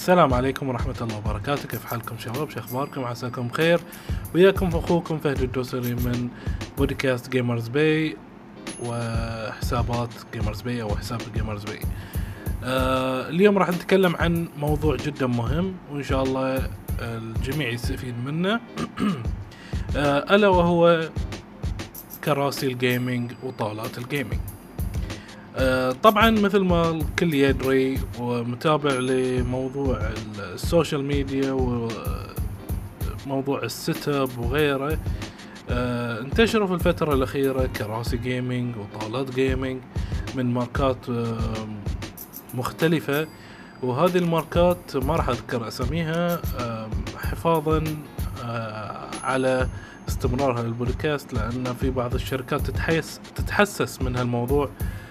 السلام عليكم ورحمة الله وبركاته. كيف حالكم شباب؟ شو اخباركم؟ عساكم بخير. وياكم اخوكم فهد الدوسري من بودكاست جيمرز باي وحسابات جيمرز باي او حساب جيمرز باي. اليوم راح نتكلم عن موضوع جدا مهم وان شاء الله الجميع يستفيد منه. الا وهو كراسي الجيمنج وطاولات الجيمنج. طبعا مثل ما الكل يدري ومتابع لموضوع السوشيال ميديا وموضوع السيت اب وغيره، انتشروا في الفترة الأخيرة كراسي جيمنج وطاولات جيمنج من ماركات مختلفة، وهذه الماركات ما راح أذكر أساميها حفاظا على استمرارها للبودكاست، لأن في بعض الشركات تتحسس من هالموضوع.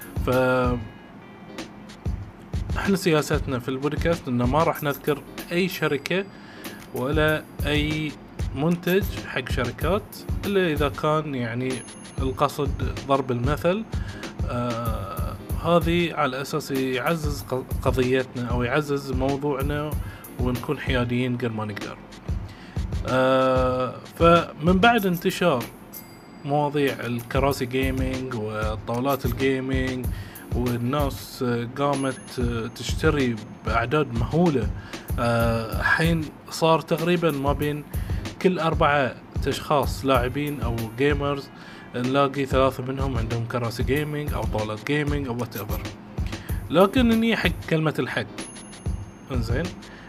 احنا سياستنا في البودكاست انه ما راح نذكر اي شركة ولا اي منتج حق شركات الا اذا كان يعني القصد ضرب المثل. هذه على اساس يعزز قضيتنا او يعزز موضوعنا ونكون حياديين قد ما نقدر. فمن بعد انتشار مواضيع الكراسي جيمنج والطاولات الجيمنج والناس قامت تشتري بأعداد مهولة، حين صار تقريبا ما بين كل 4 أشخاص لاعبين أو جيمرز نلاقي 3 منهم عندهم كراسي جيمنج أو طاولات جيمنج أو whatever. لكن إني حق كلمة الحق، انزين،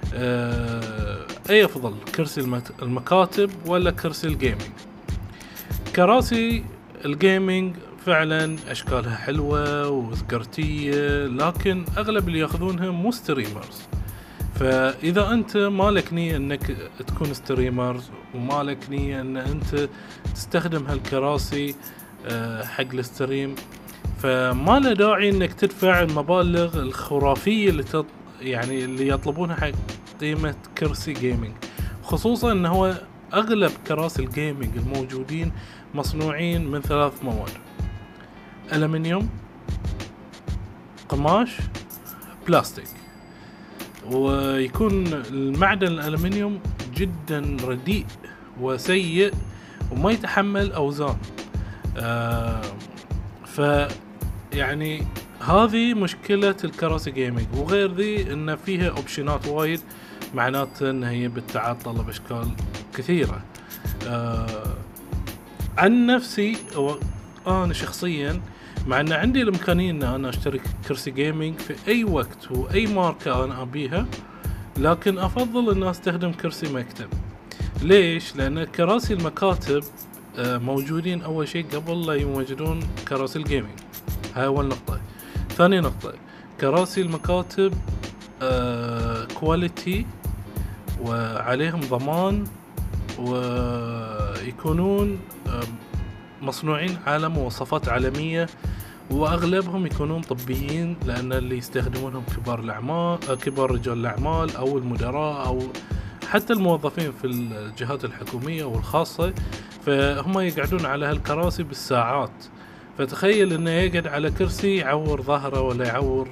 أي أفضل، كرسي المكاتب ولا كرسي الجيمنج؟ كراسي الجيمنج فعلا اشكالها حلوة وذكرتية، لكن اغلب اللي ياخذونها مو ستريمرز. فاذا انت مالك نية انك تكون ستريمرز ومالك نية ان انت تستخدم هالكراسي حق الستريم، فما له داعي انك تدفع المبالغ الخرافية اللي يطلبونها حق قيمة كرسي جيمنج، خصوصا انه هو اغلب كراسي الجيمنج الموجودين مصنوعين من 3 مواد: ألمنيوم، قماش، بلاستيك. ويكون المعدن الألمنيوم جدا رديء وسيء وما يتحمل أوزان. يعني هذه مشكلة الكراسي جيمنج. وغير ذي إن فيها أوبشنات وايد، معناته إن هي بتتعطل بأشكال كثيرة. عن نفسي أنا شخصيا، مع أن عندي الإمكانية أن أنا أشتري كرسي جيمنج في أي وقت وأي ماركة أنا أبيها، لكن أفضل أن أستخدم كرسي مكتب. ليش؟ لأن كراسي المكاتب موجودين أول شيء قبل لا يوجدون كراسي الجيمنج. هاي أول نقطة. ثاني نقطة، كراسي المكاتب كواليتي وعليهم ضمان، ويكونون مصنوعين على مواصفات عالمية، وأغلبهم يكونون طبيين، لأن اللي يستخدمونهم كبار رجال الأعمال أو المدراء أو حتى الموظفين في الجهات الحكومية والخاصة، فهم يقعدون على هالكراسي بالساعات. فتخيل إنه يقعد على كرسي يعور ظهره ولا يعور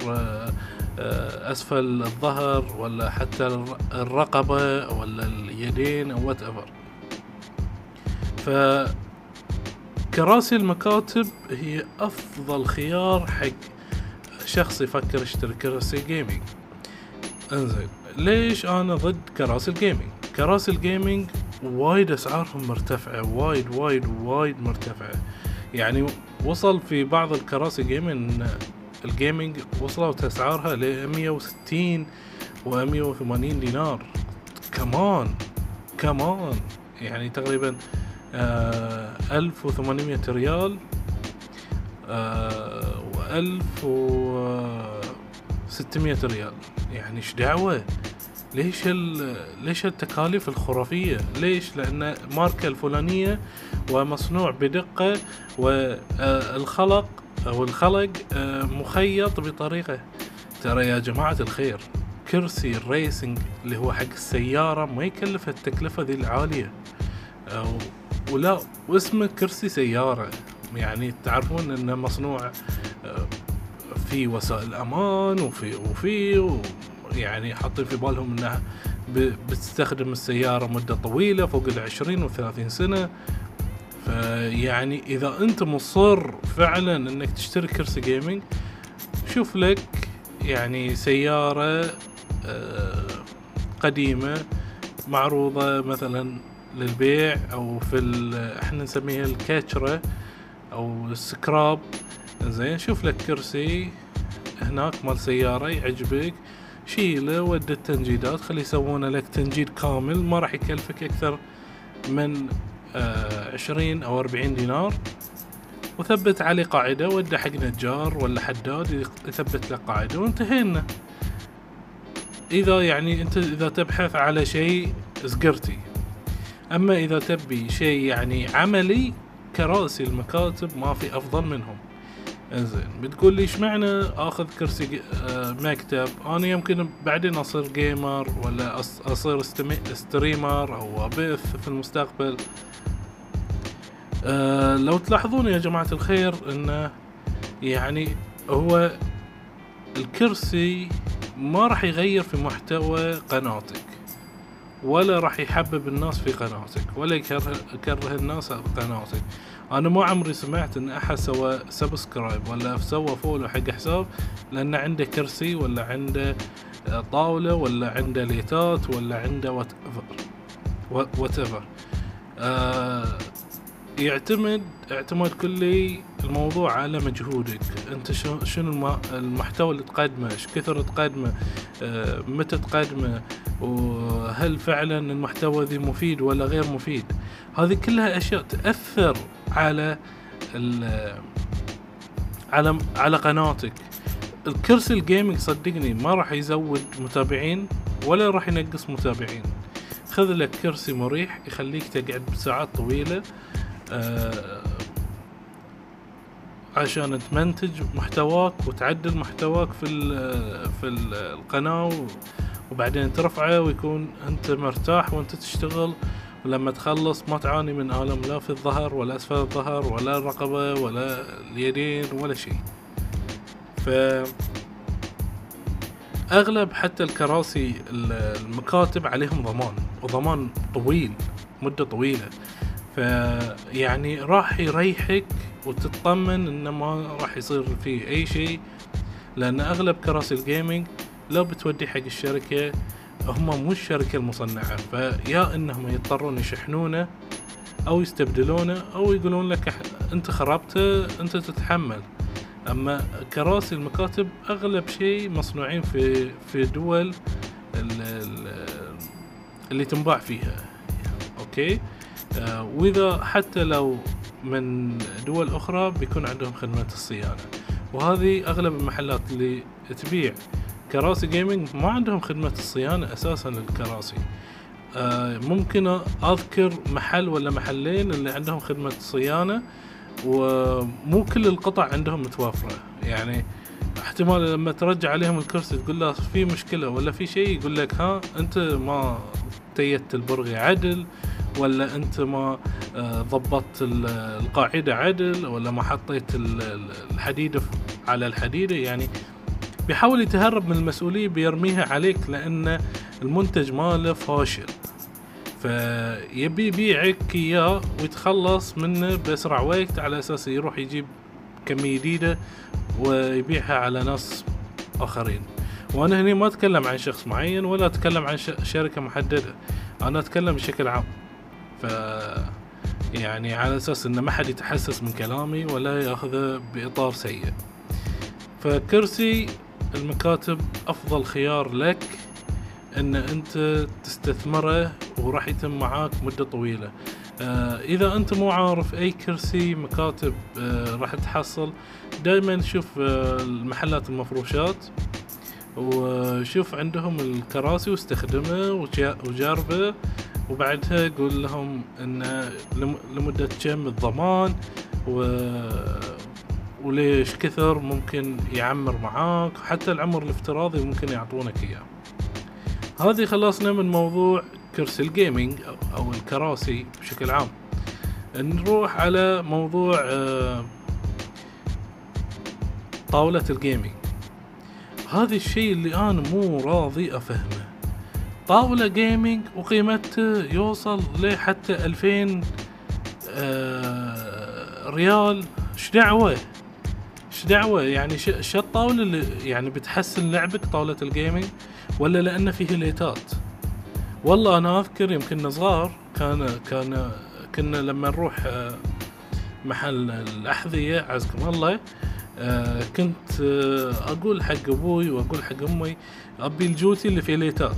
أسفل الظهر ولا حتى الرقبة ولا اليدين أو whatever. فكراسي المكاتب هي أفضل خيار حق شخص يفكر يشتري كرسي جيمنج. انزين، ليش أنا ضد كراسي الجيمنج؟ كراسي الجيمنج وايد أسعارهم مرتفعة، وايد مرتفعة. يعني وصل في بعض الكراسي الجيمنج وصلت أسعارها ل 160 و 180 دينار كمان يعني تقريبا 1800 ريال و 1600 ريال. يعني ايش دعوة؟ ليش التكاليف الخرافية؟ ليش؟ لأن ماركة الفلانية ومصنوع بدقة، والخلق مخيط بطريقة. ترى يا جماعة الخير، كرسي الريسنج اللي هو حق السيارة ما يكلف التكلفة ذي العالية، ولا واسمه كرسي سيارة. يعني تعرفون انه مصنوع في وسائل امان وفي يعني حاطين في بالهم انها بتستخدم السيارة مدة طويلة فوق 20 و30 سنة. فيعني اذا انت مصر فعلا انك تشتري كرسي جيمنج، شوف لك يعني سيارة قديمة معروضة مثلا للبيع، او في احنا نسميها الكاتشرة او السكراب. زين، شوف لك كرسي هناك مال سيارة يعجبك، شيله ود التنجيدات، خلي يسوون لك تنجيد كامل، ما راح يكلفك اكثر من 20 او 40 دينار، وثبت عليه قاعدة وده حق نجار ولا حداد يثبت لك قاعدة وانتهينا. اذا يعني انت اذا تبحث على شيء سكرتي، اما اذا تبي شيء يعني عملي، كراسي المكاتب ما في افضل منهم. انزين، بتقول لي ايش معنى اخذ كرسي مكتب؟ انا يمكن بعدين اصير جيمر ولا اصير ستريمر او ابث في المستقبل. لو تلاحظون يا جماعة الخير انه يعني هو الكرسي ما راح يغير في محتوى قناتك، ولا راح يحبب الناس في قناتك، ولا يكره الناس في قناتك. انا ما عمري سمعت ان احد سوى سبسكرايب ولا سوى فولو حق حساب لان عنده كرسي ولا عنده طاولة ولا عنده ليتات ولا عنده وات ايفر. يعتمد اعتماد كلي الموضوع على مجهودك انت، شنو المحتوى اللي تقدمه، ايش كثر تقدمه، متى تقدمه، وهل فعلا المحتوى ذي مفيد ولا غير مفيد. هذه كلها اشياء تأثر على على قناتك. الكرسي الجيمنج صدقني ما راح يزود متابعين ولا راح ينقص متابعين. خذ لك كرسي مريح يخليك تقعد بساعات طويلة عشان تمنتج محتواك وتعدل محتواك في القناة، وبعدين ترفعه ويكون انت مرتاح وانت تشتغل، ولما تخلص ما تعاني من آلام لا في الظهر ولا أسفل الظهر ولا الرقبة ولا اليدين ولا شيء. أغلب حتى الكراسي المكاتب عليهم ضمان، وضمان طويل مدة طويلة، فيعني راح يريحك وتطمن إنه ما راح يصير فيه أي شيء. لأن أغلب كراسي الجيمنج لو بتودي حق الشركة، هم مو الشركة المصنعة، فيا إنهم يضطرون يشحنونه أو يستبدلونه أو يقولون لك أنت خربته أنت تتحمل. أما كراسي المكاتب أغلب شيء مصنوعين في دول اللي تنباع فيها، أوكي. وإذا حتى لو من دول أخرى بيكون عندهم خدمة الصيانة، وهذه أغلب المحلات اللي تبيع كراسي جيمنج ما عندهم خدمة الصيانة أساسا للكراسي. ممكن أذكر محل ولا محلين اللي عندهم خدمة صيانة، ومو كل القطع عندهم متوفرة. يعني احتمال لما ترجع عليهم الكرسي تقول له في مشكلة ولا في شيء، يقول لك ها أنت ما تيت البرغي عدل، ولا أنت ما ضبطت القاعدة عدل، ولا ما حطيت الحديدة على الحديدة. يعني بيحاول يتهرب من المسؤولية، بيرميها عليك لأن المنتج ماله فاشل، فيبي يبيعك إياه ويتخلص منه بأسرع وقت على أساس يروح يجيب كمية جديدة ويبيعها على ناس آخرين. وأنا هنا ما أتكلم عن شخص معين ولا أتكلم عن شركة محددة، أنا أتكلم بشكل عام. يعني على أساس إن ما حد يتحسس من كلامي ولا يأخذه بإطار سيء. فكرسي المكاتب أفضل خيار لك ان انت تستثمره وراح يتم معاك مدة طويلة. اذا انت مو عارف اي كرسي مكاتب راح تحصل، دائما شوف المحلات المفروشات وشوف عندهم الكراسي واستخدمه وجربه، وبعدها قول لهم ان لمدة كم الضمان وليش كثر ممكن يعمر معاك، حتى العمر الافتراضي ممكن يعطونك اياه. هذه خلصنا من موضوع كرسي الجيمنج أو الكراسي بشكل عام. نروح على موضوع طاولة الجيمنج. هذا الشيء اللي انا مو راضي افهمه. طاولة جيمنج وقيمته يوصل لحتى 2000 ريال. ايش دعوة يعني شو الطاولة اللي يعني بتحسن لعبك طاولة الجيمنج، ولا لأن فيه ليتات؟ والله أنا أذكر يمكن صغار كنا لما نروح محل الأحذية عزكم الله، كنت أقول حق أبوي وأقول حق أمي أبي الجوتي اللي فيه ليتات.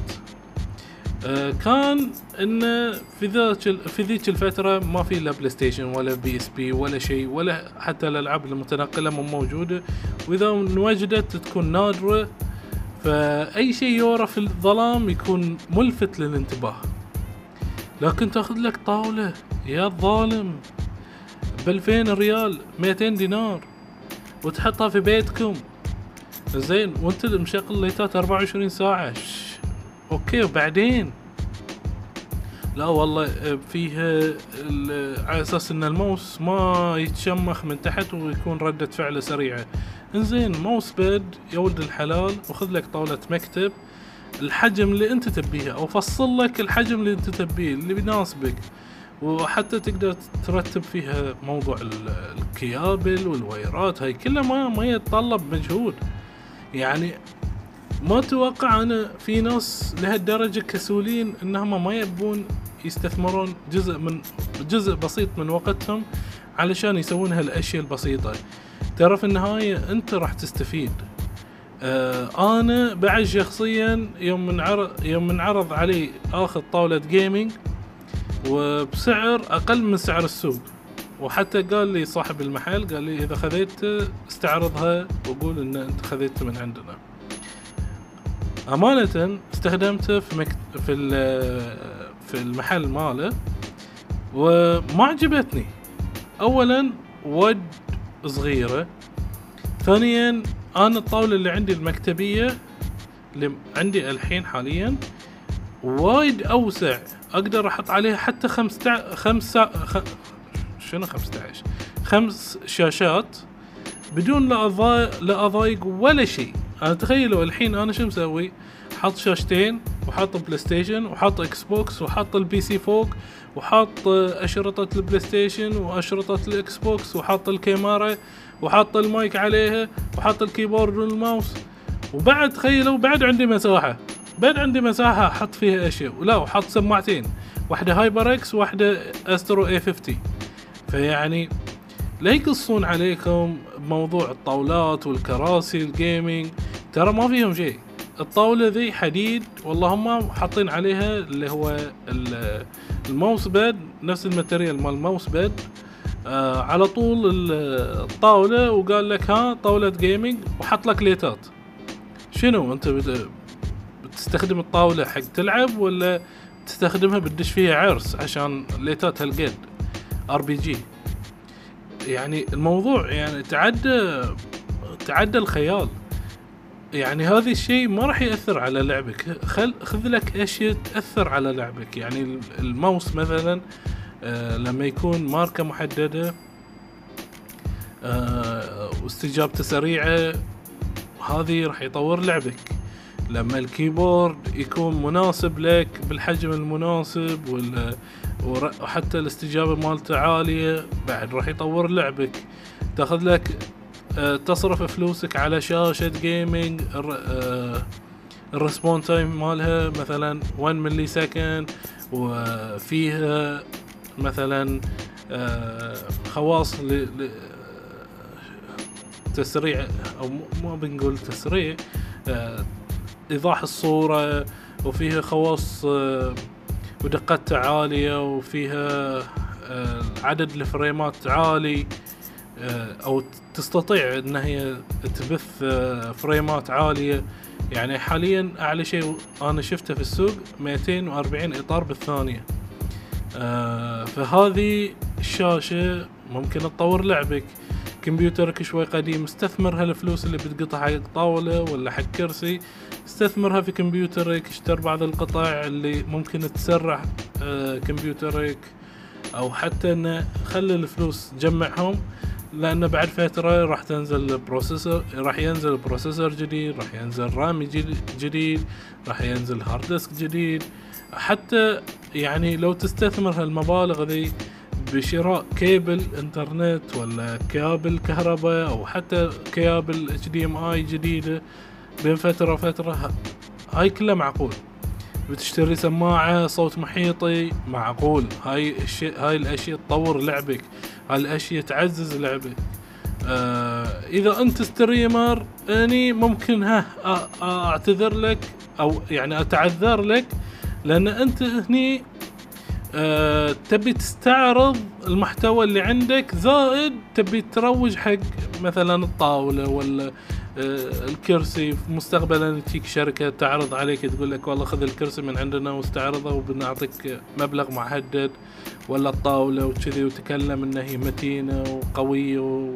كان إنه في ذيك الفترة ما في لا بلاي ستيشن ولا بي اس بي ولا شيء، ولا حتى الألعاب المتنقلة مو موجودة، وإذا وجدت تكون نادرة، فأي شيء يورى في الظلام يكون ملفت للانتباه. لكن تاخذ لك طاولة يا الظالم ب2000 ريال 200 دينار وتحطها في بيتكم زين، وانت مشغل ليتات 24 ساعة. اوكي وبعدين لا والله فيها على اساس ان الماوس ما يتشمخ من تحت ويكون ردة فعله سريعة. انزين ماوس باد يا ولد الحلال، وخذ لك طاولة مكتب الحجم اللي انت تبيه، او فصل لك الحجم اللي انت تبيه اللي بيناسبك، وحتى تقدر ترتب فيها موضوع الكيابل والوايرات، هاي كلها ما يتطلب مجهود. يعني ما اتوقع انا في ناس لهالدرجة كسولين انهم ما يبون يستثمرون جزء بسيط من وقتهم علشان يسوون هالاشياء البسيطة. ترى في النهاية انت راح تستفيد. انا بعد شخصيا يوم من عرض علي اخذ طاولة جيمنج وبسعر اقل من سعر السوق، وحتى قال لي صاحب المحل قال لي اذا خذيت استعرضها وقول ان انت خذيت من عندنا. امانة استخدمته في المحل ماله وما عجبتني. اولا ود صغيرة، ثانيا انا الطاولة اللي عندي المكتبية اللي عندي الحين حاليا وايد اوسع، اقدر احط عليها حتى 5 شاشات بدون لا اضايق ولا شيء. انا تخيلوا الحين انا شو مسوي، حط شاشتين وحط بلاي ستيشن وحط اكس بوكس وحط البي سي فوق وحط اشرطة البلاي ستيشن واشرطة الاكس بوكس وحط الكاميرا وحط المايك عليها وحط الكيبورد والماوس، وبعد تخيلوا بعد عندي مساحة احط فيها اشياء، ولا وحط سماعتين، واحدة هايبر اكس واحدة استرو اي 50. فيعني لا يقصون عليكم بموضوع الطاولات والكراسي الجيمنج، ترى ما فيهم شيء. الطاولة ذي حديد، والله هم حاطين عليها اللي هو الماوس باد، نفس الماتريال مال الماوس باد على طول الطاولة، وقال لك ها طاولة جيمنج وحط لك ليتات. شنو انت بتستخدم الطاولة حق تلعب ولا تستخدمها بتدش فيها عرس عشان ليتات هالقد RPG؟ يعني الموضوع يعني تعدى الخيال. يعني هذا الشيء ما راح يأثر على لعبك، خذ لك اشياء تأثر على لعبك. يعني الماوس مثلا لما يكون ماركة محددة واستجابته سريعة، هذه راح يطور لعبك. لما الكيبورد يكون مناسب لك بالحجم المناسب وحتى الاستجابة مالته عالية، بعد راح يطور لعبك. تاخذ لك تصرف فلوسك على شاشة جيمنج الريسبون تايم مالها مثلا 1 ملي سكند، وفيها مثلا خواص تسريع، او ما بنقول تسريع، ايضاح الصورة، وفيها خواص ودقتها عالية، وفيها عدد الفريمات عالي، او تستطيع ان هي تبث فريمات عالية. يعني حاليا اعلى شيء انا شفته في السوق 240 اطار بالثانية. فهذه الشاشة ممكن تطور لعبك. كمبيوترك شوي قديم، استثمر هالفلوس اللي بتقطع حق طاولة ولا حق كرسي، استثمرها في كمبيوترك، اشتر بعض القطع اللي ممكن تسرع كمبيوترك، او حتى ان خلي الفلوس تجمعهم لأن بعد فترة راح ينزل بروسيسور جديد، راح ينزل رام جديد، راح ينزل هارد ديسك جديد. حتى يعني لو تستثمر هالمبالغ ذي بشراء كيبل انترنت ولا كابل كهرباء او حتى كابل HDMI جديدة بين فترة وفترة، هاي كلها معقول. بتشتري سماعة صوت محيطي، معقول. هاي الاشياء تطور لعبك، هاي الاشياء تعزز لعبك. اذا انت ستريمر اني ممكن اعتذر لك او يعني اتعذر لك، لان انت هني تبي تستعرض المحتوى اللي عندك، زائد تبي تروج حق مثلا الطاولة ولا الكرسي. مستقبلا تجيك شركة تعرض عليك تقول لك والله خذ الكرسي من عندنا واستعرضه وبنعطيك مبلغ محدد، ولا الطاولة وكذي، وتكلم انها هي متينة وقوية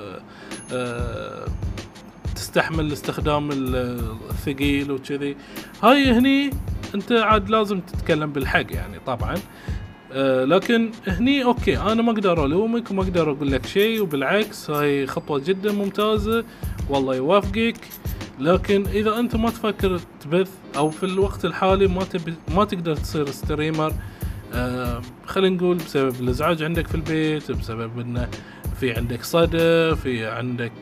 تستحمل استخدام الثقيل وكذي. هاي هني انت عاد لازم تتكلم بالحق يعني طبعا. لكن هني اوكي انا ما اقدر الومك وما اقدر اقول لك شيء، وبالعكس هاي خطوة جدا ممتازة والله يوافقك. لكن اذا انت ما تفكر تبث او في الوقت الحالي ما تقدر تصير ستريمر، خلينا نقول بسبب الازعاج عندك في البيت، بسبب انه في عندك صدى، في عندك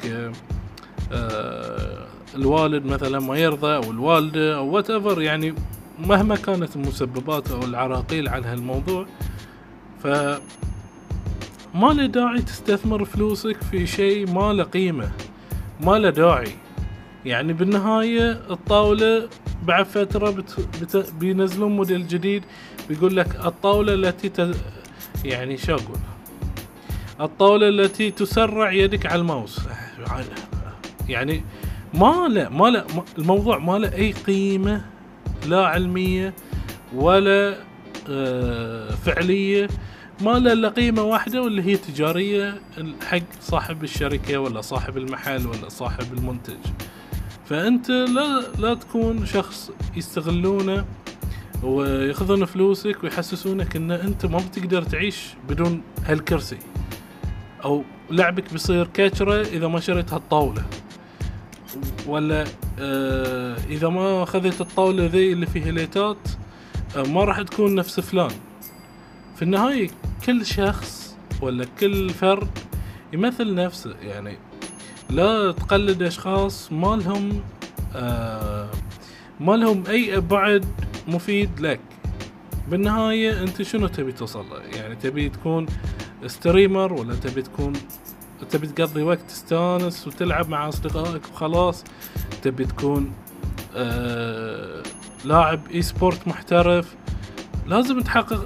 الوالد مثلا ما يرضى او الوالدة او whatever، يعني مهما كانت المسببات او العراقيل على هالموضوع، فما له داعي تستثمر فلوسك في شيء ما له قيمة، ما له داعي. يعني بالنهاية الطاولة بعد فترة بينزلون موديل جديد بيقول لك الطاولة التي يعني شو اقول، الطاولة التي تسرع يدك على الماوس. يعني ما له الموضوع ما له اي قيمة، لا علمية ولا فعلية، ما له الا قيمة واحدة واللي هي تجارية حق صاحب الشركة ولا صاحب المحل ولا صاحب المنتج. فأنت لا تكون شخص يستغلونه ويأخذون فلوسك ويحسسونك ان انت ما بتقدر تعيش بدون هالكرسي، او لعبك بيصير كاترة اذا ما شريت هالطاولة، ولا اذا ما اخذت الطاولة ذي اللي فيها ليتات ما راح تكون نفس فلان. في النهاية كل شخص ولا كل فرد يمثل نفسه، يعني لا تقلد اشخاص ما لهم اي بعد مفيد لك. بالنهاية انت شنو تبي توصل؟ يعني تبي تكون ستريمر ولا تبي تقضي وقت تستانس وتلعب مع اصدقائك وخلاص؟ تبي تكون لاعب اي سبورت محترف؟ لازم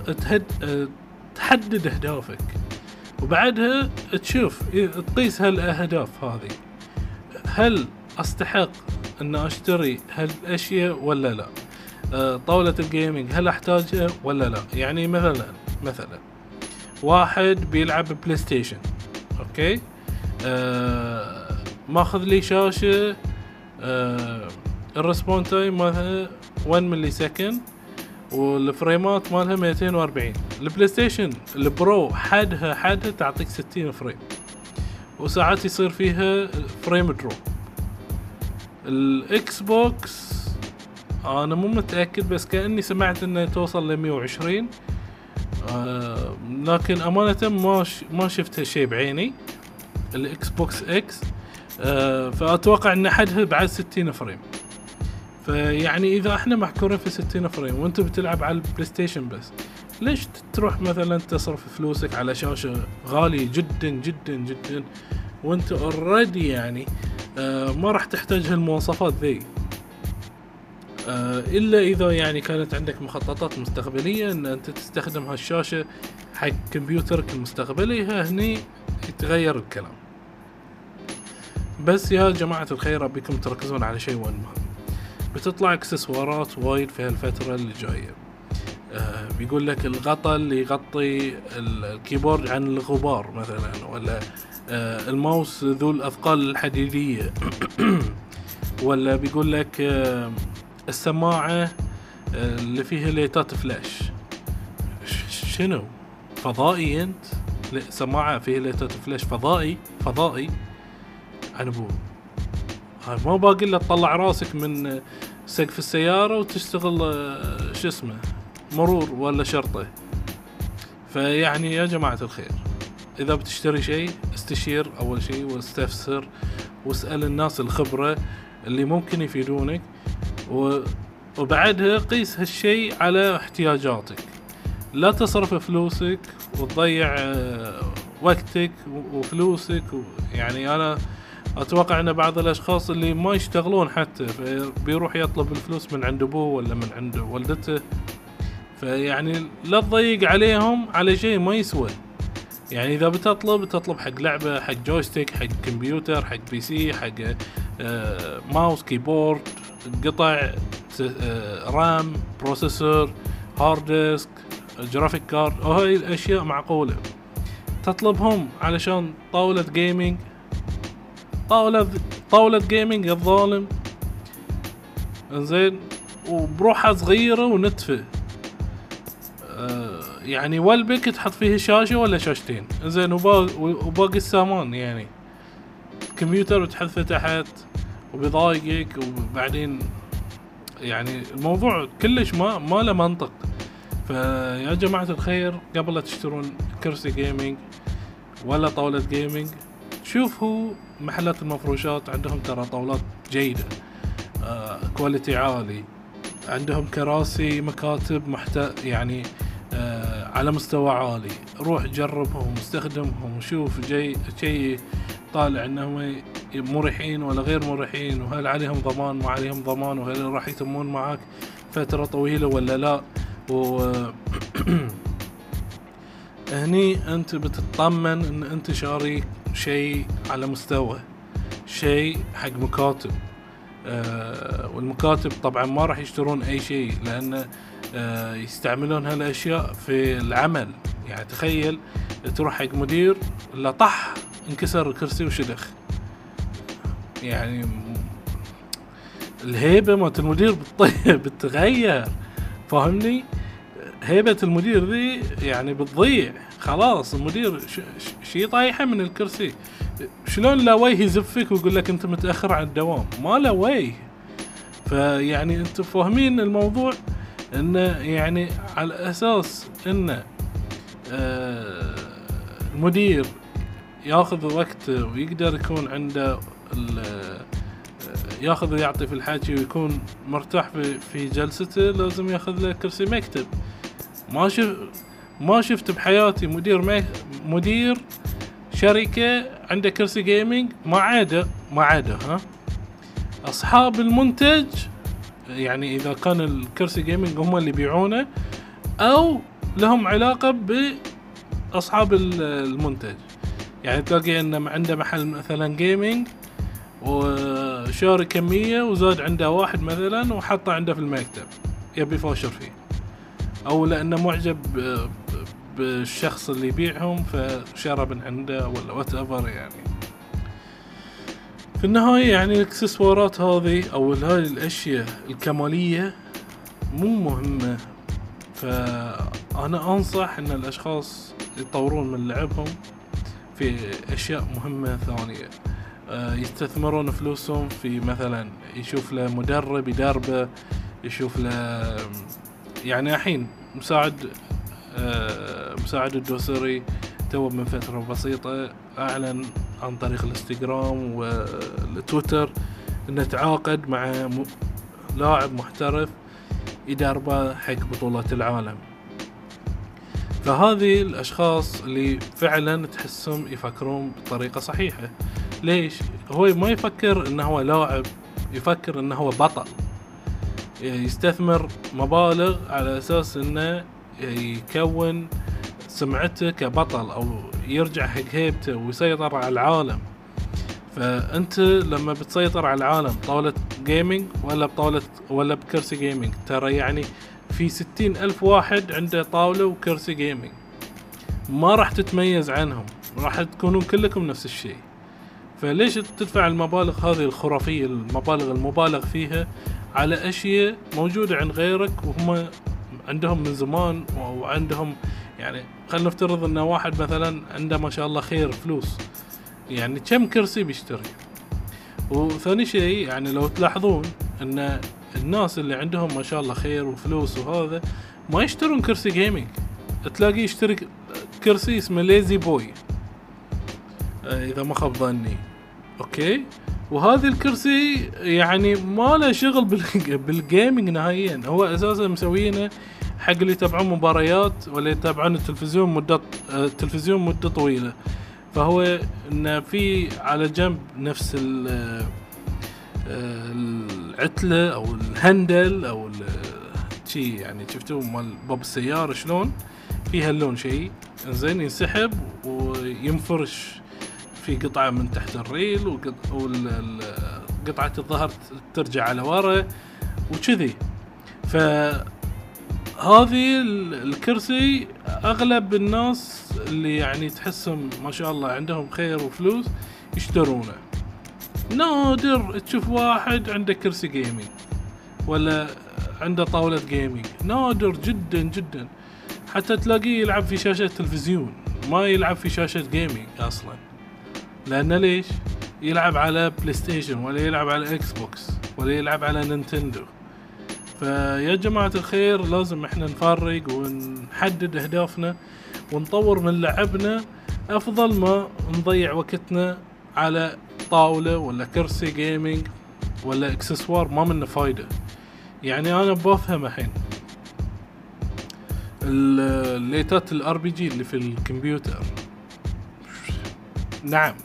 تحدد اهدافك، وبعدها تشوف تقيس هالاهداف هذه، هل استحق ان اشتري هالاشياء ولا لا؟ طاولة الجيمنج هل احتاجها ولا لا؟ يعني مثلا واحد بيلعب بلاي ستيشن، اوكي، ماخذ لي شاشة الريسبون تايم مالها 1 ملي سكند والفريمات مالها 240. البلاي ستيشن البرو حدها تعطيك 60 فريم، وساعات يصير فيها فريم دروب. الاكس بوكس انا مو متأكد بس كأني سمعت انه توصل ل 120، لكن امانة ما شفت هالشي بعيني الاكس بوكس اكس، فاتوقع ان حدها بعد 60 فريم. فيعني اذا احنا محكورين في 60 فريم وانت بتلعب على البلاي ستيشن بس، ليش تروح مثلا تصرف فلوسك على شاشة غالية جدا جدا جدا وانت اوريدي يعني ما راح تحتاج هالمواصفات ذي، الا اذا يعني كانت عندك مخططات مستقبلية ان انت تستخدم هالشاشة حق كمبيوترك المستقبلي، هني يتغير الكلام. بس يا جماعة الخير ابيكم تركزون على شيء مهم، بتطلع اكسسوارات وايد في هالفترة اللي جاية. بيقول لك الغطاء اللي يغطي الكيبورد عن الغبار مثلا، ولا الماوس ذو الأثقال الحديدية ولا بيقول لك السماعة اللي فيها ليتات فلاش. شنو فضائي انت؟ سماعة فيه ليتات فلاش فضائي عن ابوه. هاي ما باقي الا تطلع راسك من سقف السيارة وتشتغل شو اسمه مرور ولا شرطة. فيعني يا جماعة الخير، اذا بتشتري شيء استشير اول شيء واستفسر واسأل الناس الخبرة اللي ممكن يفيدونك، وبعدها قيس هالشيء على احتياجاتك. لا تصرف فلوسك وتضيع وقتك وفلوسك. يعني انا اتوقع ان بعض الاشخاص اللي ما يشتغلون حتى بيروح يطلب الفلوس من عند ابوه ولا من عند والدته، فيعني لا تضيق عليهم على شيء ما يسوى. يعني اذا بتطلب حق لعبة، حق جويستيك، حق كمبيوتر، حق بي سي، حق ماوس، كيبورد، قطع رام، بروسيسور، هارد ديسك، جرافيك كارد، وهاي الاشياء معقولة. تطلبهم علشان طاولة جيمينج، طاولة جيمينج الظالم، انزين، وبروحها صغيرة ونتفة. يعني والبك تحط فيه شاشة ولا شاشتين، انزين، وباقي السامان. يعني الكمبيوتر بتحذفه تحت وبيضايقك، وبعدين يعني الموضوع كلش ما له منطق. فيا جماعة الخير، قبل لا تشترون كرسي جيمينج ولا طاولة جيمينج، شوفوا محلات المفروشات، عندهم ترى طاولات جيدة، كواليتي عالي، عندهم كراسي مكاتب يعني على مستوى عالي. روح جربهم واستخدمهم وشوف شيء طالع انهم مريحين ولا غير مريحين، وهل عليهم ضمان ما عليهم ضمان، وهل راح يتمون معك فترة طويلة ولا لا. هني انت بتطمن ان انت شاري شيء على مستوى، شيء حق مكاتب. والمكاتب طبعا ما راح يشترون اي شيء، لان يستعملون هالاشياء في العمل. يعني تخيل تروح حق مدير لا طح انكسر الكرسي وشدخ، يعني الهيبة مالت المدير بتغير، فاهمني؟ هيبة المدير ذي يعني بتضيع خلاص. المدير شي طايحة من الكرسي. شلون لا ويه يزفك ويقول لك انت متأخر عن الدوام؟ ما لا ويه. فيعني انتم فاهمين الموضوع، انه يعني على اساس انه المدير ياخذ وقته ويقدر يكون عنده ياخذ ويعطي في الحكي ويكون مرتاح في جلسته، لازم ياخذ له كرسي مكتب. ما شفت بحياتي مدير شركة عنده كرسي جيمينج ما عاده اصحاب المنتج. يعني اذا كان الكرسي جيمينج هم اللي يبيعونه او لهم علاقة باصحاب المنتج، يعني تلاقي انه عنده محل مثلا جيمينج وشاري كمية وزاد عنده واحد مثلا وحطه عنده في المكتب يبي يفاشر فيه، او لانه معجب بالشخص اللي يبيعهم فشرى من عنده ولا whatever. يعني في النهاية يعني الاكسسوارات هذه او هاي الاشياء الكمالية مو مهمة. فانا انصح ان الاشخاص يطورون من لعبهم في اشياء مهمة ثانية. يستثمرون فلوسهم في مثلا يشوف له مدرب يدربه، يشوف له يعني الحين مساعد الدوسري تو من فترة بسيطة اعلن عن طريق الانستغرام والتويتر انه تعاقد مع لاعب محترف يدربه حق بطولات العالم. فهذه الاشخاص اللي فعلا تحسهم يفكرون بطريقة صحيحة. ليش؟ هو ما يفكر انه هو لاعب، يفكر انه هو بطل، يستثمر مبالغ على اساس انه يكون سمعته كبطل او يرجع حق هيبته ويسيطر على العالم. فانت لما بتسيطر على العالم طاولة جيمينج ولا بكرسي جيمينج، ترى يعني في 60,000 واحد عنده طاولة وكرسي جيمينج، ما راح تتميز عنهم، راح تكونون كلكم نفس الشيء. فليش تدفع المبالغ هذه الخرافية، المبالغ المبالغ فيها على أشياء موجودة عند غيرك وهم عندهم من زمان وعندهم يعني خلينا نفترض ان واحد مثلا عنده ما شاء الله خير فلوس، يعني كم كرسي بيشتري؟ وثاني شيء يعني لو تلاحظون ان الناس اللي عندهم ما شاء الله خير وفلوس وهذا ما يشترون كرسي جيمنج، تلاقيه يشتري كرسي اسمه ليزي بوي اذا ما خاب ظني، اوكي. وهذا الكرسي يعني ما له شغل بالجيمنج نهائيا، هو اساسا مسوينه حق اللي يتابعون مباريات ولا يتابعون التلفزيون مدة طويلة. فهو انه في على جنب نفس العتلة او الهندل او شي، يعني شفتوا مال باب السيارة شلون فيها اللون شيء انزين، ينسحب وينفرش في قطعة من تحت الريل، وقطعة الظهر ترجع على ورا وكذي. فهذه الكرسي اغلب الناس اللي يعني تحسهم ما شاء الله عندهم خير وفلوس يشترونه. نادر تشوف واحد عنده كرسي جيمنج ولا عنده طاولة جيمنج، نادر جدا جدا. حتى تلاقيه يلعب في شاشة تلفزيون، ما يلعب في شاشة جيمنج اصلا. لأن ليش؟ يلعب على بلاي ستيشن ولا يلعب على اكس بوكس ولا يلعب على نينتندو. فيا جماعة الخير لازم احنا نفرق ونحدد اهدافنا ونطور من لعبنا، افضل ما نضيع وقتنا على طاولة ولا كرسي جيمنج ولا اكسسوار ما منه فايدة. يعني انا بفهم الحين الليتات الار بي جي اللي في الكمبيوتر، نعم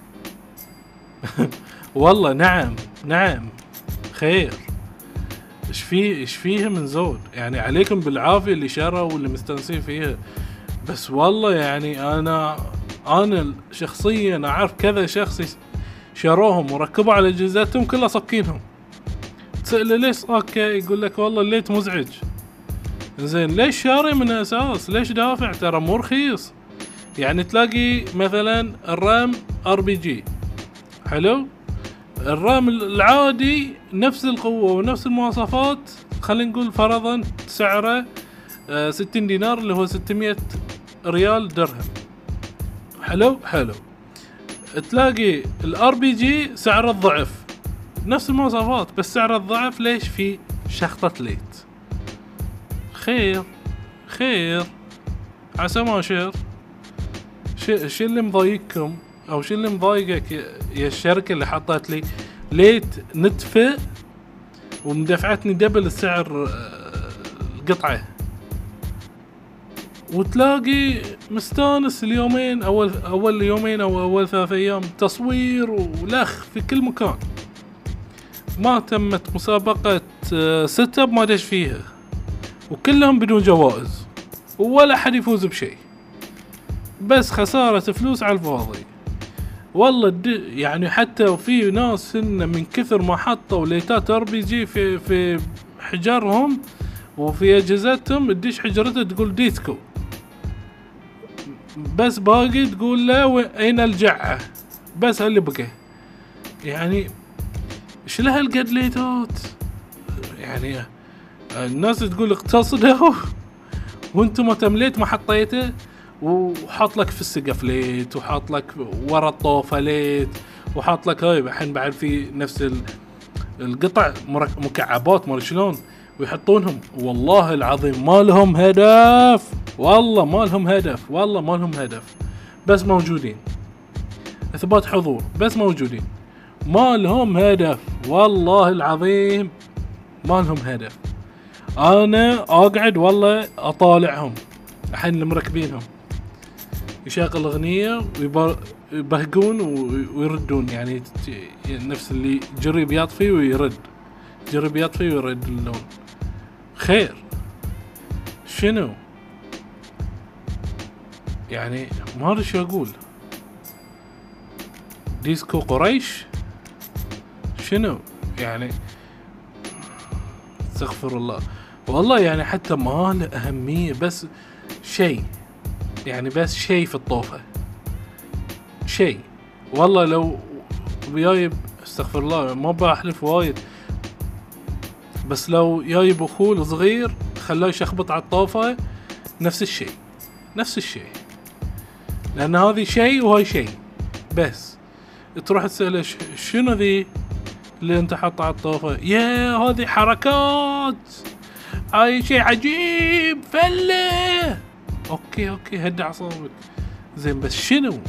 والله نعم خير، ايش فيها من زود، يعني عليكم بالعافية اللي شروا واللي مستانسين فيها. بس والله يعني انا شخصيا اعرف كذا شخص شروهم وركبوا على اجهزتهم كلها صكينهم. تسأله ليش صاكه؟ يقول لك والله الليت مزعج. زين ليش شاري من اساس؟ ليش دافع؟ ترى مو رخيص. يعني تلاقي مثلا الرام ار بي جي حلو، الرام العادي نفس القوة ونفس المواصفات، خلينا نقول فرضا سعره 60 دينار اللي هو 600 ريال درهم. حلو. تلاقي الار بي جي سعره الضعف، نفس المواصفات بس سعره الضعف. ليش؟ في شخطة ليت. خير عسى ما شر. شو اللي مضايقكم او شو اللي مضايقك يا الشركة اللي حطت لي ليت ندفع ومدفعتني دبل السعر القطعة، وتلاقي مستانس اليومين اول يومين او اول 3 ايام تصوير ولخ في كل مكان. ما تمت مسابقة ست اب ما دش فيها، وكلهم بدون جوائز ولا حد يفوز بشيء، بس خسارة فلوس على الفاضي. والله يعني حتى في ناس إن من كثر ما حطوا ليتات ار بي جي في حجرهم وفي اجهزتهم، تدش حجرته تقول ديسكو، بس باقي تقول له اين الجعة، بس اللي بقى. يعني ايش لها القد ليتات؟ يعني الناس تقول اقتصدوا وانتم ما تمليت ما حطيته، وحاط لك في السقف ليت، وحاط لك ورا الطوفة ليت، وحاط لك هاي الحين بعد في نفس القطع مكعبات مال شلون، ويحطونهم. والله العظيم ما لهم هدف، والله ما لهم هدف، بس موجودين اثبات حضور، بس موجودين ما لهم هدف. والله العظيم ما لهم هدف. انا اقعد والله اطالعهم الحين اللي مركبينهم، يشغل اغنية ويبهقون ويردون، يعني نفس اللي جرب يطفي ويرد، جرب يطفي ويرد اللون. خير شنو يعني؟ ما ادري شو اقول. ديسكو قريش شنو يعني؟ استغفر الله. والله يعني حتى ما له اهمية، بس شيء يعني، بس شيء في الطوفة شيء. والله لو جايب، استغفر الله ما بحلف وايد، بس لو جايب اخوه صغير خلاه يشخبط على الطوفة نفس نفس الشيء، لأن هذه شيء وهاي شيء. بس تروح تسأله شنو ذي اللي انت حاطه على الطوفة؟ يا هذه حركات، هاي شيء عجيب فله. اوكي هدي اعصابك. زين بس شنو؟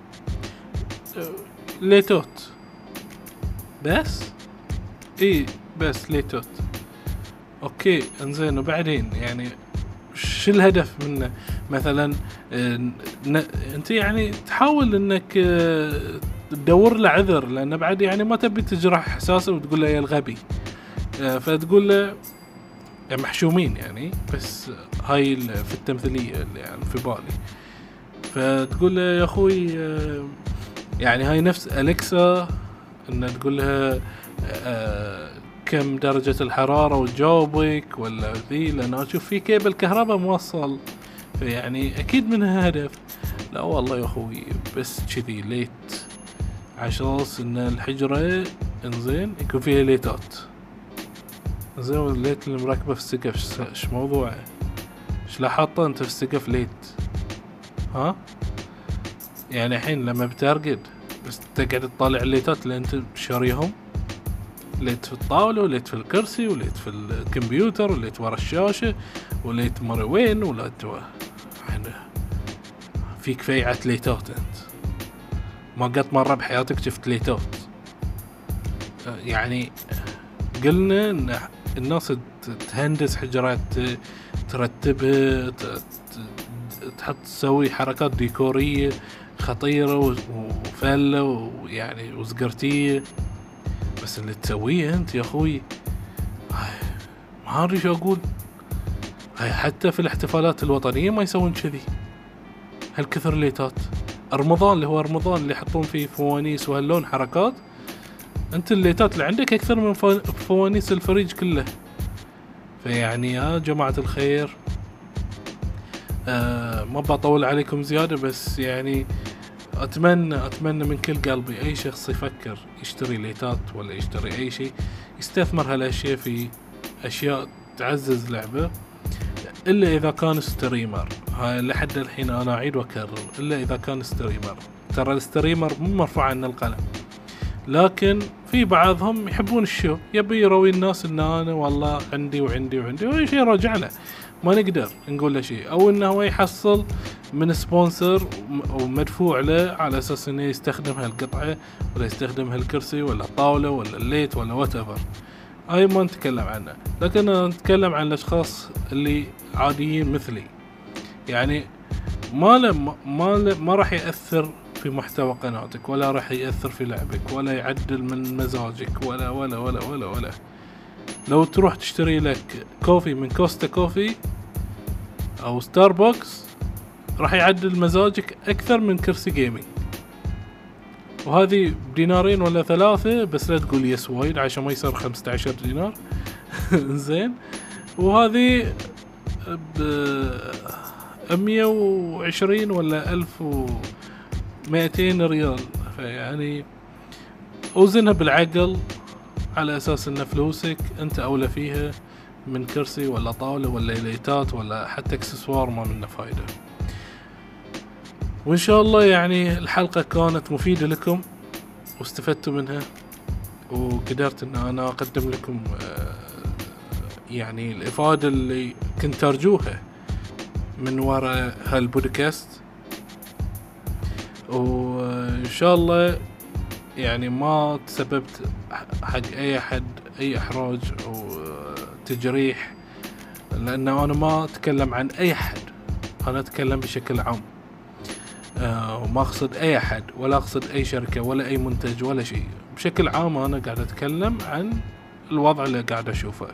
ليتوت بس. بس ليتوت. اوكي انزين، وبعدين يعني شو الهدف منه؟ مثلا انت يعني تحاول انك تدور له عذر، لان بعد يعني ما تبي تجرح احساسه وتقول له يا الغبي. فتقول له محشومين يعني، بس هاي في التمثيلية اللي يعني في بالي. فتقول له يا اخوي يعني هاي نفس أليكسا، ان تقول لها كم درجة الحرارة وتجاوبك ولا ذي، لأن أشوف في كيبل كهرباء موصل، فيعني أكيد منها هدف. لا والله يا أخوي، بس كذي ليت عشان إن الحجرة انزين يكون فيها ليتات. زين الليت اللي مركبة في السقف ايش موضوعه؟ ايش لا حاطه انت في السقف ليت؟ ها يعني الحين لما بترقد بس تقعد تطالع الليتات اللي انت شاريهم، ليت في الطاولة وليت في الكرسي وليت في الكمبيوتر وليت ورا الشاشة وليت مرة وين ولا فيك فيعة ليتات. انت ما قد مرة بحياتك شفت ليتات؟ يعني قلنا ان الناس تهندس حجرات، ترتبها، تحط تسوي حركات ديكورية خطيرة وفلة ويعني وزقرتية، بس اللي تسويه انت يا اخوي ما ادري شو اقول. حتى في الاحتفالات الوطنية ما يسوون كذي، هالكثر ليتات. رمضان اللي هو رمضان اللي يحطون فيه فوانيس وهاللون حركات، انت الليتات اللي عندك اكثر من فوانيس الفريج كله. فيعني يا جماعة الخير ما بطول عليكم زيادة، بس يعني أتمنى من كل قلبي أي شخص يفكر يشتري ليتات ولا يشتري أي شيء يستثمر هالأشياء في أشياء تعزز لعبة، إلا إذا كان ستريمر. لحد الحين أنا أعيد وأكرر، إلا إذا كان ستريمر. ترى الستريمر مو مرفوع عنه القلم، لكن في بعضهم يحبون الشو، يبي يروي الناس إن أنا والله عندي وأي شيء راجع له، ما نقدر نقول له شيء. او انه هو يحصل من سبونسر ومدفوع له على اساس انه يستخدم هالقطعة ولا يستخدم هالكرسي ولا الطاولة ولا الليت ولا whatever. هاي ما نتكلم عنه، لكن أنا نتكلم عن الاشخاص اللي عاديين مثلي، يعني ما راح يأثر في محتوى قناتك، ولا راح يأثر في لعبك، ولا يعدل من مزاجك، ولا ولا ولا ولا ولا. لو تروح تشتري لك كوفي من كوستا كوفي او ستاربكس راح يعدل مزاجك اكثر من كرسي جيمنج، وهذه بدينارين ولا 3، بس لا تقول يس وايد عشان ما يصير 15 دينار. زين، وهذه ب 120 ولا 1200 ريال. فيعني اوزنها بالعقل على اساس ان فلوسك انت اولى فيها من كرسي ولا طاولة ولا ليتات ولا حتى اكسسوار ما منه فايدة. وان شاء الله يعني الحلقة كانت مفيدة لكم واستفدتوا منها، وقدرت ان انا اقدم لكم يعني الافادة اللي كنت ترجوها من وراء هالبودكاست. وان شاء الله يعني ما تسببت حق اي احد اي احراج او تجريح، لانه انا ما اتكلم عن اي احد، انا اتكلم بشكل عام، وما اقصد اي احد ولا اقصد اي شركة ولا اي منتج ولا شيء. بشكل عام انا قاعد اتكلم عن الوضع اللي قاعد اشوفه،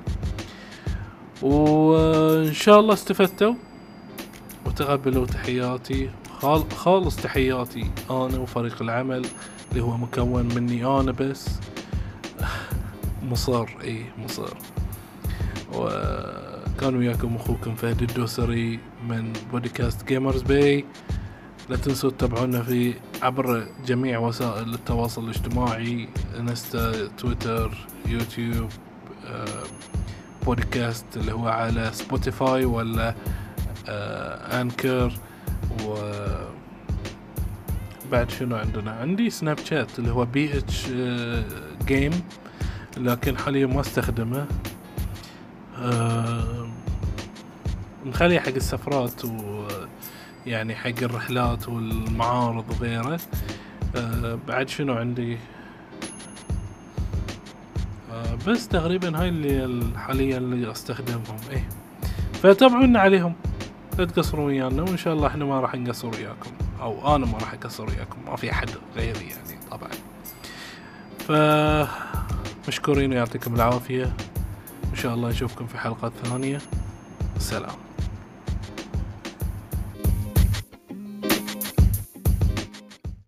وان شاء الله استفدتوا وتقبلوا تحياتي، خالص تحياتي انا وفريق العمل اللي هو مكون مني انا بس. مصر وكان وياكم اخوكم فهد الدوسري من بودكاست جيمرز باي. لا تنسوا تتابعونا في عبر جميع وسائل التواصل الاجتماعي، انستا، تويتر، يوتيوب، بودكاست اللي هو على سبوتيفاي ولا انكر، و بعد شنو عندي سناب شات اللي هو بي اتش جيم، لكن حاليا ما استخدمه. نخليه حق السفرات ويعني حق الرحلات والمعارض وغيره. بعد شنو عندي؟ بس تقريبا هاي اللي حاليا اللي استخدمهم. ايه فتابعونا عليهم، لا تقصروا ويانا، وان شاء الله احنا ما راح نقصر وياكم، او انا ما راح اقصر وياكم، ما في احد غيري يعني طبعا. مشكورين ويعطيكم العافية، ان شاء الله نشوفكم في حلقات ثانية. سلام.